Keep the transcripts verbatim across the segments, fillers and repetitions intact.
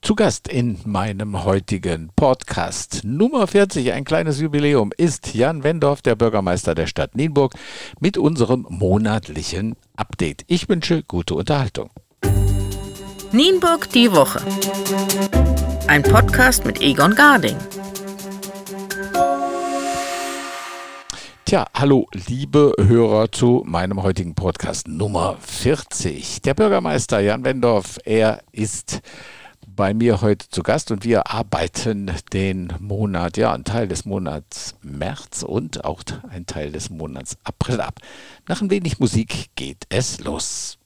Zu Gast in meinem heutigen Podcast Nummer vierzig, ein kleines Jubiläum, ist Jan Wendorf, der Bürgermeister der Stadt Nienburg, mit unserem monatlichen Update. Ich wünsche gute Unterhaltung. Nienburg die Woche. Ein Podcast mit Egon Garding. Tja, hallo liebe Hörer zu meinem heutigen Podcast Nummer vierzig. Der Bürgermeister Jan Wendorf, er ist bei mir heute zu Gast und wir arbeiten den Monat, ja, einen Teil des Monats März und auch einen Teil des Monats April ab. Nach ein wenig Musik geht es los.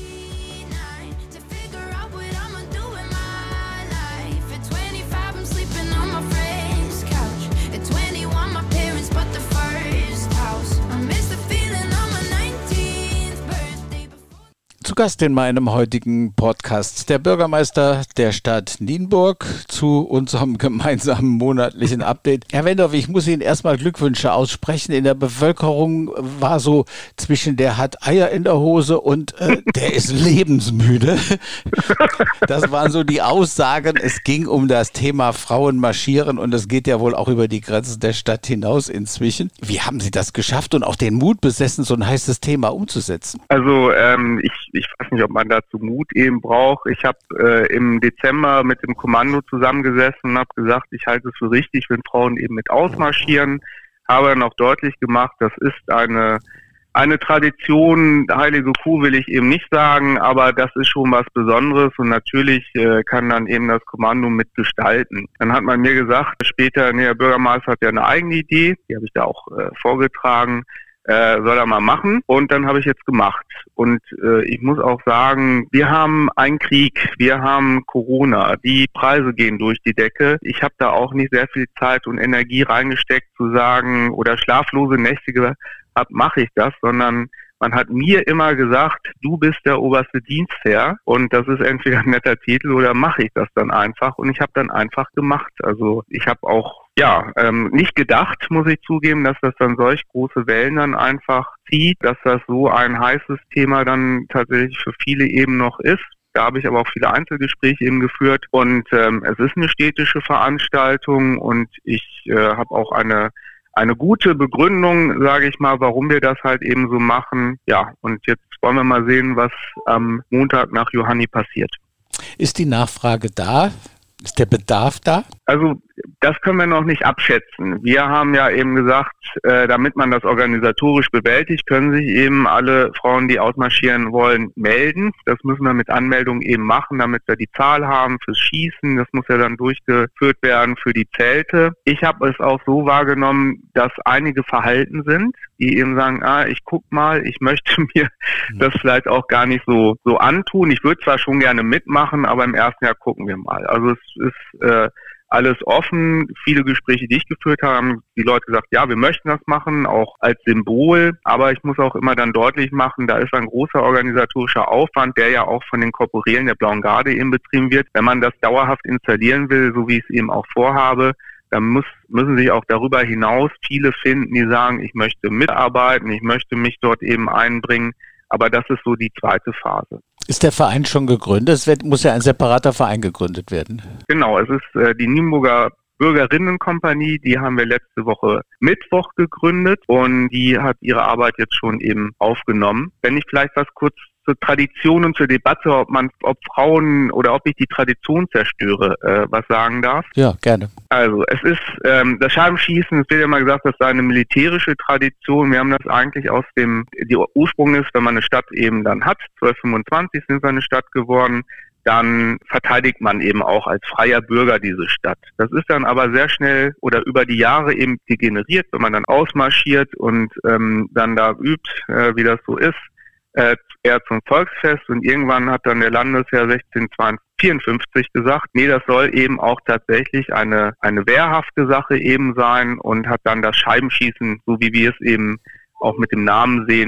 Zu Gast in meinem heutigen Podcast der Bürgermeister der Stadt Nienburg zu unserem gemeinsamen monatlichen Update. Herr Wendorf, ich muss Ihnen erstmal Glückwünsche aussprechen. In der Bevölkerung war so zwischen der hat Eier in der Hose und äh, der ist lebensmüde. Das waren so die Aussagen. Es ging um das Thema Frauen marschieren und es geht ja wohl auch über die Grenzen der Stadt hinaus inzwischen. Wie haben Sie das geschafft und auch den Mut besessen, so ein heißes Thema umzusetzen? Also ähm, ich Ich weiß nicht, ob man dazu Mut eben braucht. Ich habe äh, im Dezember mit dem Kommando zusammengesessen und habe gesagt, ich halte es für richtig, wenn Frauen eben mit ausmarschieren. Habe dann auch deutlich gemacht, das ist eine eine Tradition, heilige Kuh will ich eben nicht sagen, aber das ist schon was Besonderes und natürlich äh, kann dann eben das Kommando mitgestalten. Dann hat man mir gesagt, später, nee, der Bürgermeister hat ja eine eigene Idee, die habe ich da auch äh, vorgetragen. Äh, soll er mal machen und dann habe ich jetzt gemacht und äh, ich muss auch sagen, wir haben einen Krieg, wir haben Corona, die Preise gehen durch die Decke. Ich habe da auch nicht sehr viel Zeit und Energie reingesteckt zu sagen oder schlaflose Nächte gehabt, mache ich das, sondern man hat mir immer gesagt, du bist der oberste Dienstherr und das ist entweder ein netter Titel oder mache ich das dann einfach und ich habe dann einfach gemacht. Also ich habe auch ja ähm, nicht gedacht, muss ich zugeben, dass das dann solch große Wellen dann einfach zieht, dass das so ein heißes Thema dann tatsächlich für viele eben noch ist. Da habe ich aber auch viele Einzelgespräche eben geführt und ähm, es ist eine städtische Veranstaltung und ich äh, habe auch eine Eine gute Begründung, sage ich mal, warum wir das halt eben so machen. Ja, und jetzt wollen wir mal sehen, was am Montag nach Johanni passiert. Ist die Nachfrage da? Ist der Bedarf da? Also das können wir noch nicht abschätzen. Wir haben ja eben gesagt, äh, damit man das organisatorisch bewältigt, können sich eben alle Frauen, die ausmarschieren wollen, melden. Das müssen wir mit Anmeldung eben machen, damit wir die Zahl haben fürs Schießen. Das muss ja dann durchgeführt werden für die Zelte. Ich habe es auch so wahrgenommen, dass einige verhalten sind, die eben sagen, ah, ich guck mal, ich möchte mir mhm. das vielleicht auch gar nicht so so antun. Ich würde zwar schon gerne mitmachen, aber im ersten Jahr gucken wir mal. Also es ist äh, alles offen, viele Gespräche, die ich geführt habe, haben die Leute gesagt, ja, wir möchten das machen, auch als Symbol, aber ich muss auch immer dann deutlich machen, da ist ein großer organisatorischer Aufwand, der ja auch von den Korporelen der Blauen Garde eben betrieben wird. Wenn man das dauerhaft installieren will, so wie ich es eben auch vorhabe, dann muss, müssen sich auch darüber hinaus viele finden, die sagen, ich möchte mitarbeiten, ich möchte mich dort eben einbringen, aber das ist so die zweite Phase. Ist der Verein schon gegründet? Es wird, muss ja ein separater Verein gegründet werden. Genau, es ist äh, die Nienburger Bürgerinnenkompanie, die haben wir letzte Woche Mittwoch gegründet und die hat ihre Arbeit jetzt schon eben aufgenommen. Wenn ich vielleicht was kurz zur Tradition und zur Debatte, ob man, ob Frauen oder ob ich die Tradition zerstöre, äh, was sagen darf. Ja, gerne. Also es ist ähm, das Scheibenschießen, es wird ja mal gesagt, das sei eine militärische Tradition. Wir haben das eigentlich aus dem, die Ursprung ist, wenn man eine Stadt eben dann hat, zwölf fünfundzwanzig sind wir eine Stadt geworden, dann verteidigt man eben auch als freier Bürger diese Stadt. Das ist dann aber sehr schnell oder über die Jahre eben degeneriert, wenn man dann ausmarschiert und ähm, dann da übt, äh, wie das so ist, äh, eher zum Volksfest und irgendwann hat dann der Landesherr sechzehnhundertvierundfünfzig gesagt, nee, das soll eben auch tatsächlich eine eine wehrhafte Sache eben sein und hat dann das Scheibenschießen, so wie wir es eben auch mit dem Namen sehen,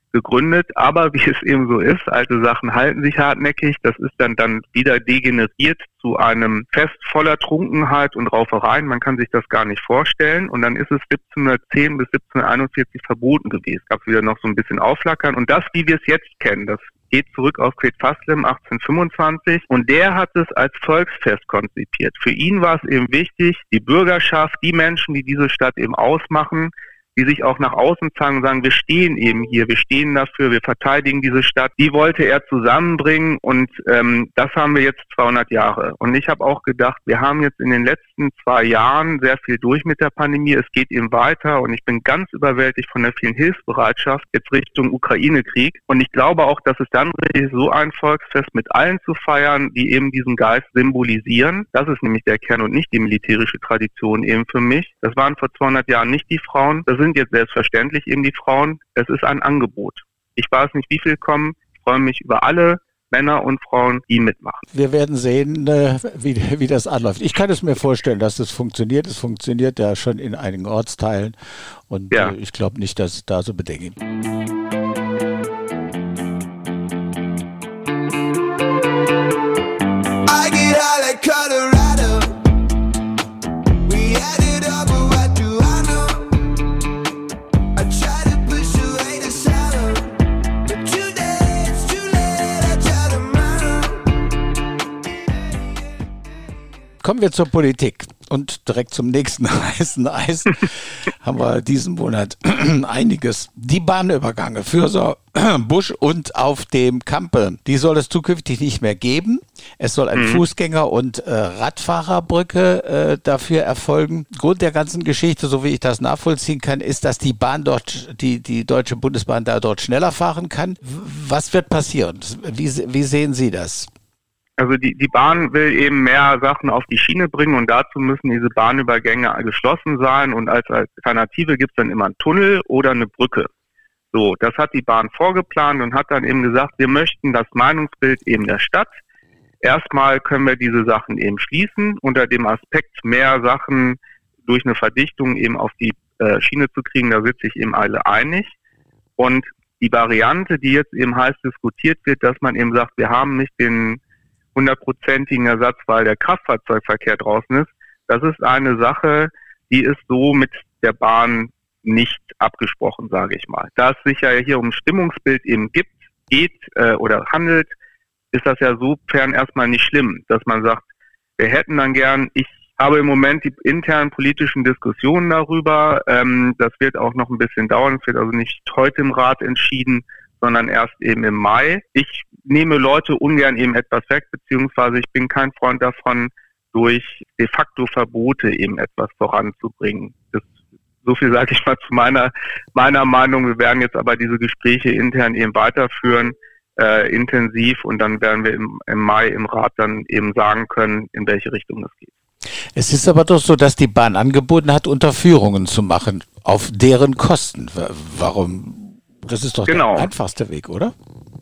gegründet, aber wie es eben so ist, alte Sachen halten sich hartnäckig, das ist dann dann wieder degeneriert zu einem Fest voller Trunkenheit und Raufereien, man kann sich das gar nicht vorstellen, und dann ist es siebzehnhundertzehn bis siebzehnhunderteinundvierzig verboten gewesen. Es gab wieder noch so ein bisschen Aufflackern, und das, wie wir es jetzt kennen, das geht zurück auf Gret Vasslem achtzehnhundertfünfundzwanzig, und der hat es als Volksfest konzipiert. Für ihn war es eben wichtig, die Bürgerschaft, die Menschen, die diese Stadt eben ausmachen, die sich auch nach außen zeigen und sagen, wir stehen eben hier, wir stehen dafür, wir verteidigen diese Stadt. Die wollte er zusammenbringen, und ähm, das haben wir jetzt zweihundert Jahre. Und ich habe auch gedacht, wir haben jetzt in den letzten zwei Jahren sehr viel durch mit der Pandemie. Es geht eben weiter, und ich bin ganz überwältigt von der vielen Hilfsbereitschaft jetzt Richtung Ukraine-Krieg. Und ich glaube auch, dass es dann richtig ist, so ein Volksfest mit allen zu feiern, die eben diesen Geist symbolisieren. Das ist nämlich der Kern und nicht die militärische Tradition eben für mich. Das waren vor zweihundert Jahren nicht die Frauen. Das sind jetzt selbstverständlich eben die Frauen. Es ist ein Angebot. Ich weiß nicht, wie viel kommen. Ich freue mich über alle Männer und Frauen, die mitmachen. Wir werden sehen, wie, wie das anläuft. Ich kann es mir vorstellen, dass es funktioniert. Es funktioniert ja schon in einigen Ortsteilen, und ja. ich glaube nicht, dass es da so Bedenken gibt. Kommen wir zur Politik und direkt zum nächsten heißen Eis. Haben wir diesen Monat einiges. Die Bahnübergänge für Busch und auf dem Kampe, die soll es zukünftig nicht mehr geben. Es soll eine mhm. Fußgänger- und äh, Radfahrerbrücke äh, dafür erfolgen. Grund der ganzen Geschichte, so wie ich das nachvollziehen kann, ist, dass die Bahn dort, die, die Deutsche Bundesbahn da dort schneller fahren kann. Was wird passieren? Wie, wie sehen Sie das? Also die, die Bahn will eben mehr Sachen auf die Schiene bringen, und dazu müssen diese Bahnübergänge geschlossen sein, und als Alternative gibt es dann immer einen Tunnel oder eine Brücke. So, das hat die Bahn vorgeplant und hat dann eben gesagt, wir möchten das Meinungsbild eben der Stadt. Erstmal können wir diese Sachen eben schließen, unter dem Aspekt, mehr Sachen durch eine Verdichtung eben auf die äh, Schiene zu kriegen, da sind sich eben alle einig. Und die Variante, die jetzt eben heiß diskutiert wird, dass man eben sagt, wir haben nicht den hundertprozentigen Ersatz, weil der Kraftfahrzeugverkehr draußen ist, das ist eine Sache, die ist so mit der Bahn nicht abgesprochen, sage ich mal. Da es sich ja hier um Stimmungsbild eben gibt, geht äh, oder handelt, ist das ja sofern erstmal nicht schlimm, dass man sagt, wir hätten dann gern, ich habe im Moment die internen politischen Diskussionen darüber, ähm, das wird auch noch ein bisschen dauern, es wird also nicht heute im Rat entschieden, sondern erst eben im Mai. Ich nehme Leute ungern eben etwas weg, beziehungsweise ich bin kein Freund davon, durch de facto Verbote eben etwas voranzubringen. Das, so viel sage ich mal zu meiner meiner Meinung. Wir werden jetzt aber diese Gespräche intern eben weiterführen, äh, intensiv, und dann werden wir im, im Mai im Rat dann eben sagen können, in welche Richtung es geht. Es ist aber doch so, dass die Bahn angeboten hat, Unterführungen zu machen, auf deren Kosten. Warum? Das ist doch genau der einfachste Weg, oder?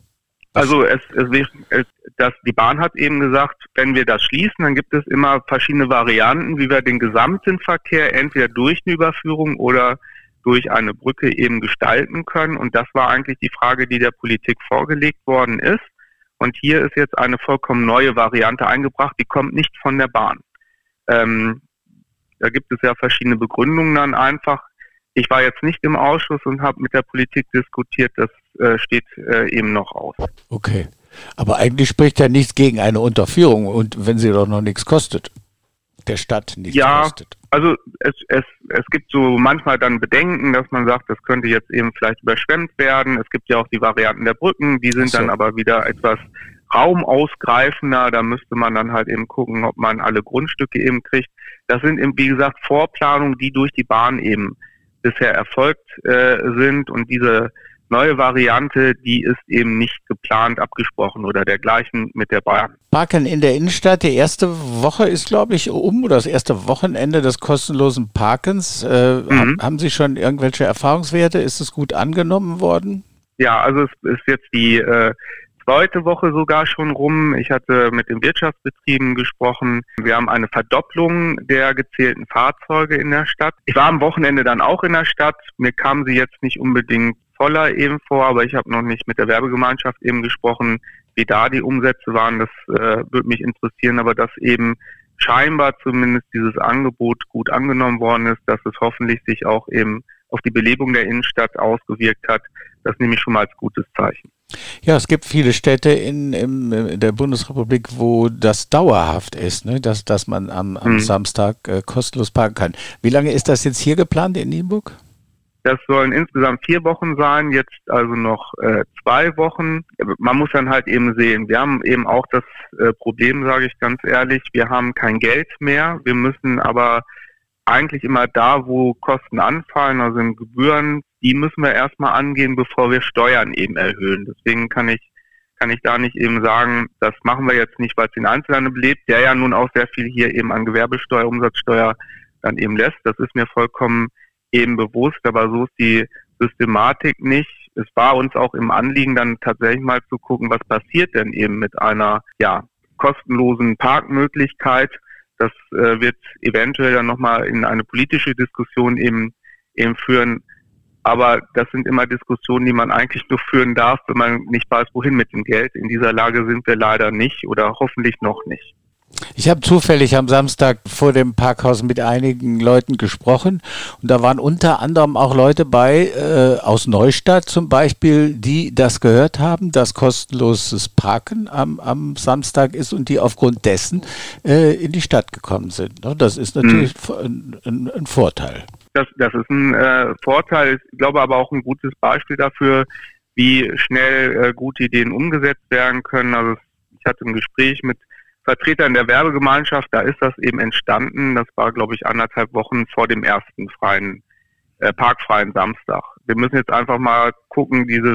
Also es, es, es, das, die Bahn hat eben gesagt, wenn wir das schließen, dann gibt es immer verschiedene Varianten, wie wir den gesamten Verkehr entweder durch eine Überführung oder durch eine Brücke eben gestalten können. Und das war eigentlich die Frage, die der Politik vorgelegt worden ist. Und hier ist jetzt eine vollkommen neue Variante eingebracht, die kommt nicht von der Bahn. Ähm, da gibt es ja verschiedene Begründungen dann einfach. Ich war jetzt nicht im Ausschuss und habe mit der Politik diskutiert, das äh, steht äh, eben noch aus. Okay, aber eigentlich spricht ja nichts gegen eine Unterführung, und wenn sie doch noch nichts kostet, der Stadt nichts ja, kostet. Also es, es, es gibt so manchmal dann Bedenken, dass man sagt, das könnte jetzt eben vielleicht überschwemmt werden. Es gibt ja auch die Varianten der Brücken, die sind so. Dann aber wieder etwas raumausgreifender. Da müsste man dann halt eben gucken, ob man alle Grundstücke eben kriegt. Das sind eben, wie gesagt, Vorplanungen, die durch die Bahn eben bisher erfolgt äh, sind, und diese neue Variante, die ist eben nicht geplant, abgesprochen oder dergleichen mit der Bahn. Parken in der Innenstadt, die erste Woche ist, glaube ich, um, oder das erste Wochenende des kostenlosen Parkens. Äh, mhm. Haben Sie schon irgendwelche Erfahrungswerte? Ist es gut angenommen worden? Ja, also es ist jetzt die äh, zweite Woche sogar schon rum. Ich hatte mit den Wirtschaftsbetrieben gesprochen. Wir haben eine Verdopplung der gezählten Fahrzeuge in der Stadt. Ich war am Wochenende dann auch in der Stadt. Mir kamen sie jetzt nicht unbedingt voller eben vor, aber ich habe noch nicht mit der Werbegemeinschaft eben gesprochen, wie da die Umsätze waren. Das äh, würde mich interessieren, aber dass eben scheinbar zumindest dieses Angebot gut angenommen worden ist, dass es hoffentlich sich auch eben auf die Belebung der Innenstadt ausgewirkt hat, das nehme ich schon mal als gutes Zeichen. Ja, es gibt viele Städte in, in, in der Bundesrepublik, wo das dauerhaft ist, ne? dass, dass man am, am hm. Samstag äh, kostenlos parken kann. Wie lange ist das jetzt hier geplant in Nienburg? Das sollen insgesamt vier Wochen sein, jetzt also noch äh, zwei Wochen. Man muss dann halt eben sehen, wir haben eben auch das äh, Problem, sage ich ganz ehrlich, wir haben kein Geld mehr. Wir müssen aber eigentlich immer da, wo Kosten anfallen, also in Gebühren, die müssen wir erstmal angehen, bevor wir Steuern eben erhöhen. Deswegen kann ich kann ich da nicht eben sagen, das machen wir jetzt nicht, weil es den Einzelhandel belebt, der ja nun auch sehr viel hier eben an Gewerbesteuer, Umsatzsteuer dann eben lässt. Das ist mir vollkommen eben bewusst, aber so ist die Systematik nicht. Es war uns auch im Anliegen, dann tatsächlich mal zu gucken, was passiert denn eben mit einer ja kostenlosen Parkmöglichkeit. Das äh, wird eventuell dann nochmal in eine politische Diskussion eben, eben führen. Aber das sind immer Diskussionen, die man eigentlich nur führen darf, wenn man nicht weiß, wohin mit dem Geld. In dieser Lage sind wir leider nicht oder hoffentlich noch nicht. Ich habe zufällig am Samstag vor dem Parkhaus mit einigen Leuten gesprochen und da waren unter anderem auch Leute bei, äh, aus Neustadt zum Beispiel, die das gehört haben, dass kostenloses Parken am, am Samstag ist und die aufgrund dessen äh, in die Stadt gekommen sind. Das ist natürlich hm. ein, ein, ein Vorteil. Das, das ist ein äh, Vorteil, ich glaube aber auch ein gutes Beispiel dafür, wie schnell äh, gute Ideen umgesetzt werden können. Also ich hatte ein Gespräch mit Vertretern der Werbegemeinschaft, da ist das eben entstanden. Das war, glaube ich, anderthalb Wochen vor dem ersten freien, äh, parkfreien Samstag. Wir müssen jetzt einfach mal gucken, dieses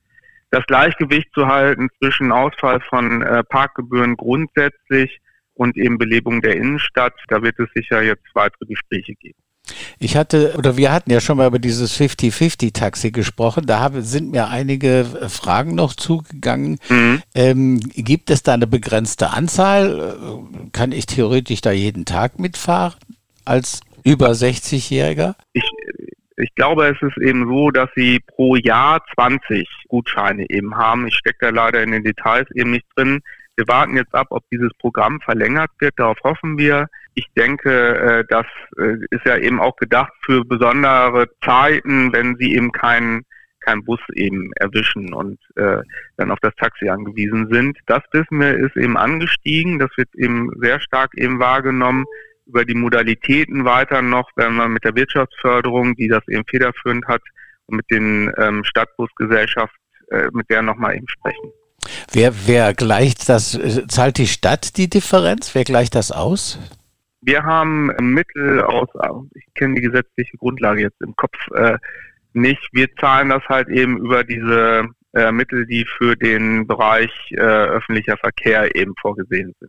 das Gleichgewicht zu halten zwischen Ausfall von äh, Parkgebühren grundsätzlich und eben Belebung der Innenstadt. Da wird es sicher jetzt weitere Gespräche geben. Ich hatte, oder wir hatten ja schon mal über dieses fünfzig fünfzig Taxi gesprochen, da habe, sind mir einige Fragen noch zugegangen. Mhm. Ähm, gibt es da eine begrenzte Anzahl? Kann ich theoretisch da jeden Tag mitfahren als über sechzig-Jähriger? Ich, ich glaube, es ist eben so, dass sie pro Jahr zwanzig Gutscheine eben haben. Ich stecke da leider in den Details eben nicht drin. Wir warten jetzt ab, ob dieses Programm verlängert wird, darauf hoffen wir. Ich denke, das ist ja eben auch gedacht für besondere Zeiten, wenn Sie eben keinen keinen Bus eben erwischen und äh, dann auf das Taxi angewiesen sind. Das wissen wir, ist eben angestiegen. Das wird eben sehr stark eben wahrgenommen. Über die Modalitäten weiter noch, wenn wir mit der Wirtschaftsförderung, die das eben federführend hat, und mit den ähm, Stadtbusgesellschaft, äh, mit der nochmal eben sprechen. Wer, wer gleicht das, zahlt die Stadt die Differenz? Wer gleicht das aus? Wir haben Mittel aus, ich kenne die gesetzliche Grundlage jetzt im Kopf äh, nicht, wir zahlen das halt eben über diese äh, Mittel, die für den Bereich äh, öffentlicher Verkehr eben vorgesehen sind.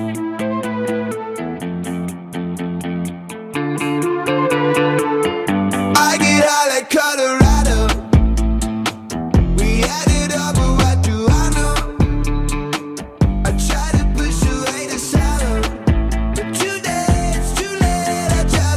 I get high like Colorado. We had it up, but what do I know? I try to push away the sorrow, but today it's too late, I try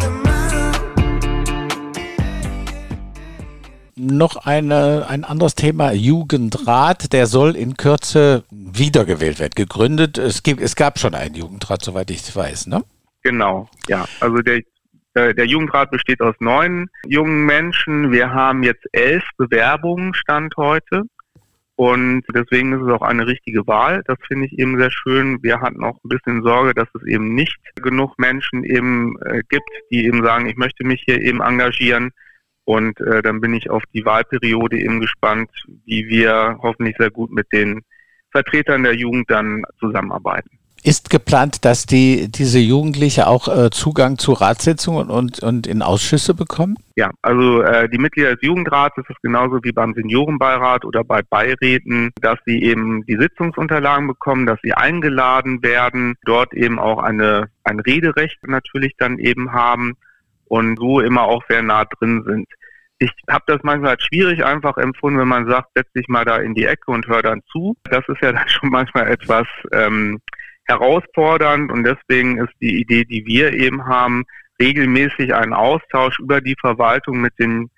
tomorrow. Noch eine, ein anderes Thema, Jugendrat, der soll in Kürze wiedergewählt werden, gegründet. Es gibt, es gab schon einen Jugendrat, soweit ich weiß, ne? Genau, ja. Also der, der Jugendrat besteht aus neun jungen Menschen. Wir haben jetzt elf Bewerbungen Stand heute und deswegen ist es auch eine richtige Wahl. Das finde ich eben sehr schön. Wir hatten auch ein bisschen Sorge, dass es eben nicht genug Menschen eben äh, gibt, die eben sagen, ich möchte mich hier eben engagieren. Und äh, dann bin ich auf die Wahlperiode eben gespannt, wie wir hoffentlich sehr gut mit den Vertretern der Jugend dann zusammenarbeiten. Ist geplant, dass die diese Jugendliche auch äh, Zugang zu Ratssitzungen und, und in Ausschüsse bekommen? Ja, also äh, die Mitglieder des Jugendrats, das ist genauso wie beim Seniorenbeirat oder bei Beiräten, dass sie eben die Sitzungsunterlagen bekommen, dass sie eingeladen werden, dort eben auch eine ein Rederecht natürlich dann eben haben und so immer auch sehr nah drin sind. Ich habe das manchmal als schwierig einfach empfunden, wenn man sagt, setz dich mal da in die Ecke und hör dann zu. Das ist ja dann schon manchmal etwas ähm, herausfordernd und deswegen ist die Idee, die wir eben haben, regelmäßig einen Austausch über die Verwaltung mit den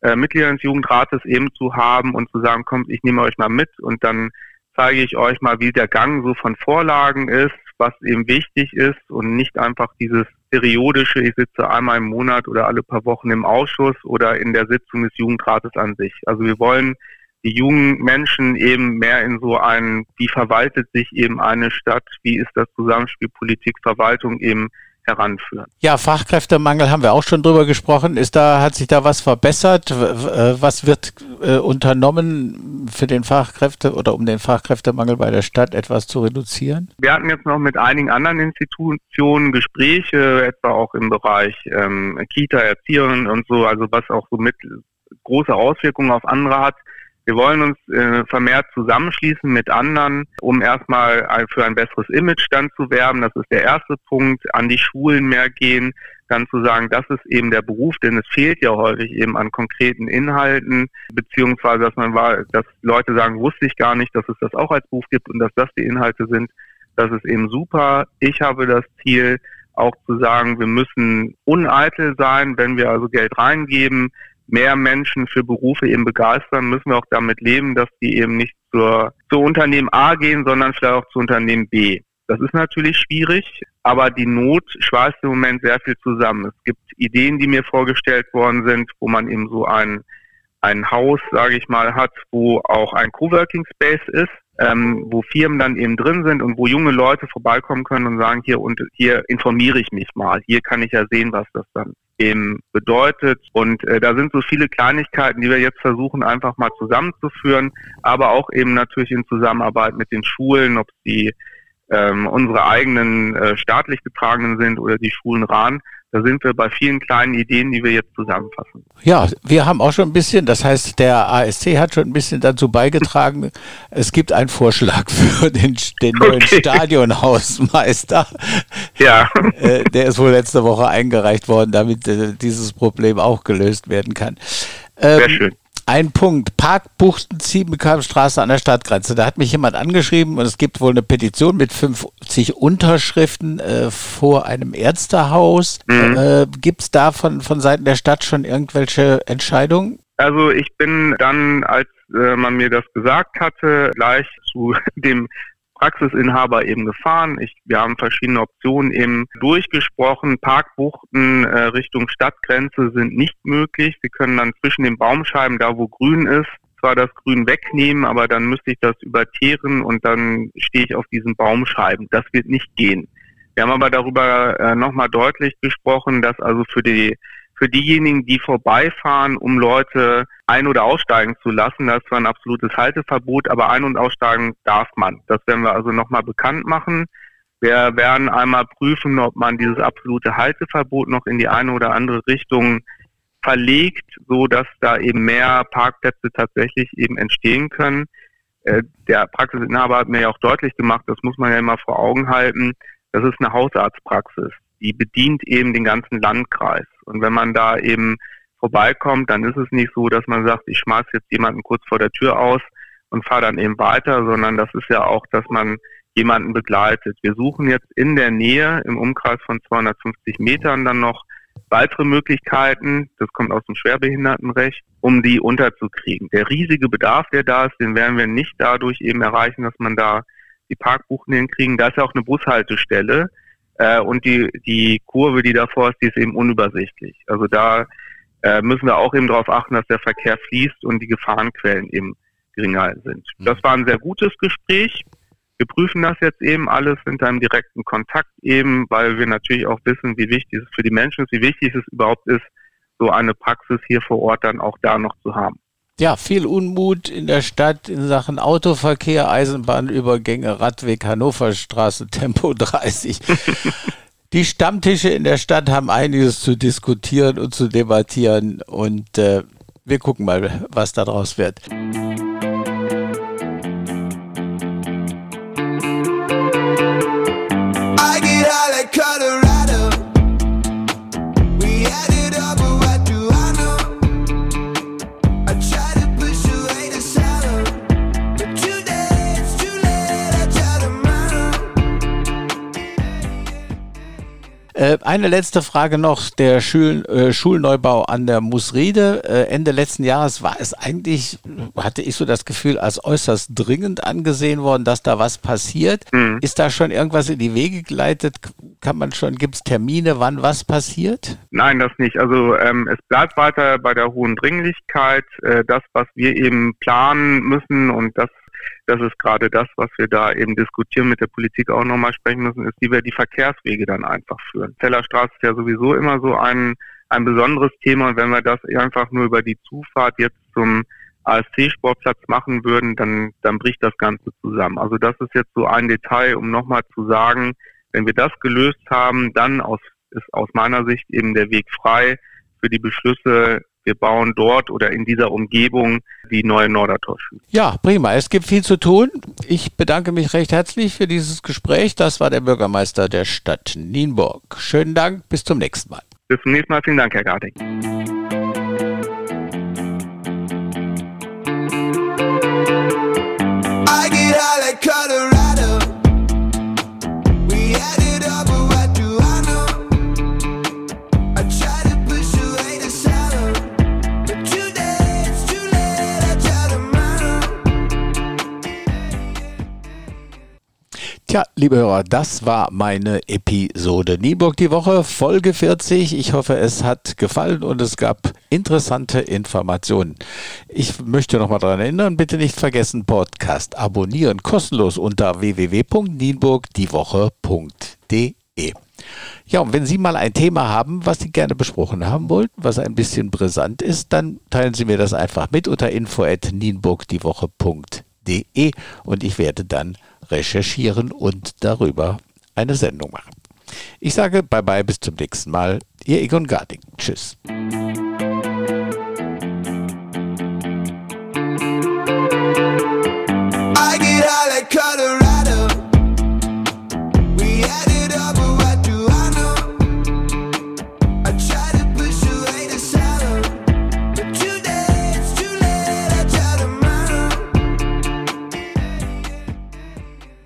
äh, Mitglieder des Jugendrates eben zu haben und zu sagen, kommt, ich nehme euch mal mit und dann zeige ich euch mal, wie der Gang so von Vorlagen ist, was eben wichtig ist und nicht einfach dieses periodische, ich sitze einmal im Monat oder alle paar Wochen im Ausschuss oder in der Sitzung des Jugendrates an sich. Also wir wollen die jungen Menschen eben mehr in so ein, wie verwaltet sich eben eine Stadt, wie ist das Zusammenspiel Politik, Verwaltung eben heranführen. Ja, Fachkräftemangel haben wir auch schon drüber gesprochen. Ist da, hat sich da was verbessert? Was wird äh, unternommen für den Fachkräfte oder um den Fachkräftemangel bei der Stadt etwas zu reduzieren? Wir hatten jetzt noch mit einigen anderen Institutionen Gespräche, etwa auch im Bereich ähm, Kita, Erziehung und so, also was auch so mit große Auswirkungen auf andere hat. Wir wollen uns äh, vermehrt zusammenschließen mit anderen, um erstmal ein, für ein besseres Image dann zu werben. Das ist der erste Punkt. An die Schulen mehr gehen, dann zu sagen, das ist eben der Beruf, denn es fehlt ja häufig eben an konkreten Inhalten, beziehungsweise dass man war, dass Leute sagen, wusste ich gar nicht, dass es das auch als Beruf gibt und dass das die Inhalte sind. Das ist eben super. Ich habe das Ziel, auch zu sagen, wir müssen uneitel sein, wenn wir also Geld reingeben, mehr Menschen für Berufe eben begeistern, müssen wir auch damit leben, dass die eben nicht zur, zu Unternehmen A gehen, sondern vielleicht auch zu Unternehmen B. Das ist natürlich schwierig, aber die Not schweißt im Moment sehr viel zusammen. Es gibt Ideen, die mir vorgestellt worden sind, wo man eben so ein, ein Haus, sage ich mal, hat, wo auch ein Coworking Space ist, ähm, wo Firmen dann eben drin sind und wo junge Leute vorbeikommen können und sagen, hier und hier informiere ich mich mal, hier kann ich ja sehen, was das dann eben bedeutet. Und äh, da sind so viele Kleinigkeiten, die wir jetzt versuchen einfach mal zusammenzuführen, aber auch eben natürlich in Zusammenarbeit mit den Schulen, ob sie ähm, unsere eigenen äh, staatlich getragenen sind oder die Schulen Rahn. Da sind wir bei vielen kleinen Ideen, die wir jetzt zusammenfassen. Ja, wir haben auch schon ein bisschen, das heißt, der A S C hat schon ein bisschen dazu beigetragen, es gibt einen Vorschlag für den, den neuen Okay. Stadionhausmeister. Ja. Äh, der ist wohl letzte Woche eingereicht worden, damit äh, dieses Problem auch gelöst werden kann. Ähm, Sehr schön. Ein Punkt, Parkbuchten Ziebenkamp-Straße an der Stadtgrenze. Da hat mich jemand angeschrieben und es gibt wohl eine Petition mit fünfzig Unterschriften äh, vor einem Ärztehaus. Mhm. Äh, gibt es da von, von Seiten der Stadt schon irgendwelche Entscheidungen? Also ich bin dann, als äh, man mir das gesagt hatte, gleich zu dem Praxisinhaber eben gefahren. Ich, wir haben verschiedene Optionen eben durchgesprochen. Parkbuchten äh, Richtung Stadtgrenze sind nicht möglich. Sie können dann zwischen den Baumscheiben, da wo grün ist, zwar das Grün wegnehmen, aber dann müsste ich das überteeren und dann stehe ich auf diesen Baumscheiben. Das wird nicht gehen. Wir haben aber darüber äh, nochmal deutlich gesprochen, dass also für die für diejenigen, die vorbeifahren, um Leute ein- oder aussteigen zu lassen, das ist zwar ein absolutes Halteverbot, aber ein- und aussteigen darf man. Das werden wir also nochmal bekannt machen. Wir werden einmal prüfen, ob man dieses absolute Halteverbot noch in die eine oder andere Richtung verlegt, so dass da eben mehr Parkplätze tatsächlich eben entstehen können. Äh, der Praxisinhaber hat mir ja auch deutlich gemacht, das muss man ja immer vor Augen halten, das ist eine Hausarztpraxis. Die bedient eben den ganzen Landkreis. Und wenn man da eben vorbeikommt, dann ist es nicht so, dass man sagt, ich schmeiß jetzt jemanden kurz vor der Tür aus und fahre dann eben weiter, sondern das ist ja auch, dass man jemanden begleitet. Wir suchen jetzt in der Nähe, im Umkreis von zweihundertfünfzig Metern dann noch weitere Möglichkeiten, das kommt aus dem Schwerbehindertenrecht, um die unterzukriegen. Der riesige Bedarf, der da ist, den werden wir nicht dadurch eben erreichen, dass man da die Parkbuchten hinkriegen. Da ist ja auch eine Bushaltestelle. Äh, und die die Kurve, die davor ist, die ist eben unübersichtlich. Also da äh, müssen wir auch eben darauf achten, dass der Verkehr fließt und die Gefahrenquellen eben geringer sind. Das war ein sehr gutes Gespräch. Wir prüfen das jetzt eben alles, sind da im direkten Kontakt eben, weil wir natürlich auch wissen, wie wichtig es für die Menschen ist, wie wichtig es überhaupt ist, so eine Praxis hier vor Ort dann auch da noch zu haben. Ja, viel Unmut in der Stadt in Sachen Autoverkehr, Eisenbahnübergänge, Radweg, Hannoverstraße, Tempo dreißig. Die Stammtische in der Stadt haben einiges zu diskutieren und zu debattieren und äh, wir gucken mal, was daraus wird. Äh, eine letzte Frage noch. Der Schul, äh, Schulneubau an der Musriede. Äh, Ende letzten Jahres war es eigentlich, hatte ich so das Gefühl, als äußerst dringend angesehen worden, dass da was passiert. Mhm. Ist da schon irgendwas in die Wege geleitet? Kann man schon, gibt es Termine, wann was passiert? Nein, das nicht. Also ähm, es bleibt weiter bei der hohen Dringlichkeit. Äh, das, was wir eben planen müssen, und das Das ist gerade das, was wir da eben diskutieren, mit der Politik auch nochmal sprechen müssen, ist, wie wir die Verkehrswege dann einfach führen. Zellerstraße ist ja sowieso immer so ein, ein besonderes Thema, und wenn wir das einfach nur über die Zufahrt jetzt zum A S C-Sportplatz machen würden, dann, dann bricht das Ganze zusammen. Also das ist jetzt so ein Detail, um nochmal zu sagen, wenn wir das gelöst haben, dann aus, ist aus meiner Sicht eben der Weg frei für die Beschlüsse. Wir bauen dort oder in dieser Umgebung die neue Nordertorschule. Ja, prima. Es gibt viel zu tun. Ich bedanke mich recht herzlich für dieses Gespräch. Das war der Bürgermeister der Stadt Nienburg. Schönen Dank. Bis zum nächsten Mal. Bis zum nächsten Mal. Vielen Dank, Herr Garding. I get out like Colorado. We had it up, but what do I know? I try to push away the shadow. Tja, liebe Hörer, das war meine Episode Nienburg die Woche, Folge vierzig. Ich hoffe, es hat gefallen und es gab interessante Informationen. Ich möchte noch mal daran erinnern, bitte nicht vergessen, Podcast abonnieren, kostenlos unter w w w punkt nienburg die woche punkt d e. Ja, und wenn Sie mal ein Thema haben, was Sie gerne besprochen haben wollen, was ein bisschen brisant ist, dann teilen Sie mir das einfach mit unter info at nienburg die woche punkt d e und ich werde dann recherchieren und darüber eine Sendung machen. Ich sage bye bye, bis zum nächsten Mal. Ihr Egon Garding. Tschüss.